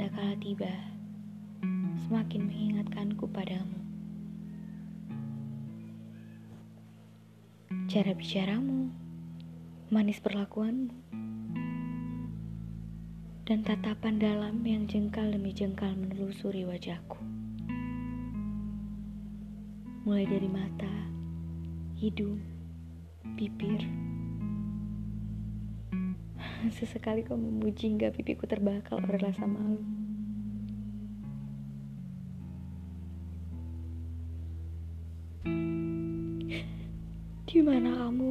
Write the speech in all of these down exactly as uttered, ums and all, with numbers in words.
pada kala tiba, semakin mengingatkanku padamu. Cara bicaramu, manis perlakuanmu, dan tatapan dalam yang jengkal demi jengkal menelusuri wajahku. Mulai dari mata, hidung, bibir. Sesekali kau memuji hingga pipiku terbakar oleh rasa malu. Di mana kamu?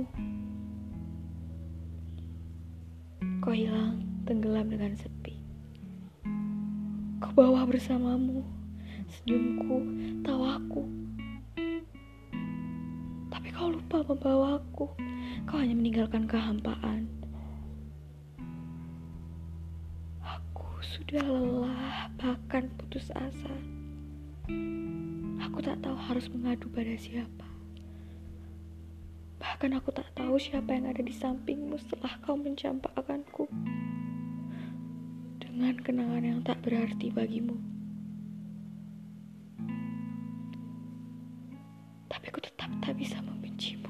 Kau hilang, tenggelam dengan sepi. Kau bawa bersamamu senyumku, tawaku. Tapi kau lupa membawaku. Kau hanya meninggalkan kehampaan. Aku sudah lelah, bahkan putus asa. Aku tak tahu harus mengadu pada siapa. Bahkan aku tak tahu siapa yang ada di sampingmu setelah kau mencampakkanku dengan kenangan yang tak berarti bagimu. Tapi aku tetap tak bisa membencimu.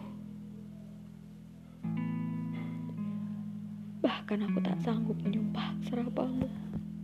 Bahkan aku tak sanggup menyumpah serapahmu.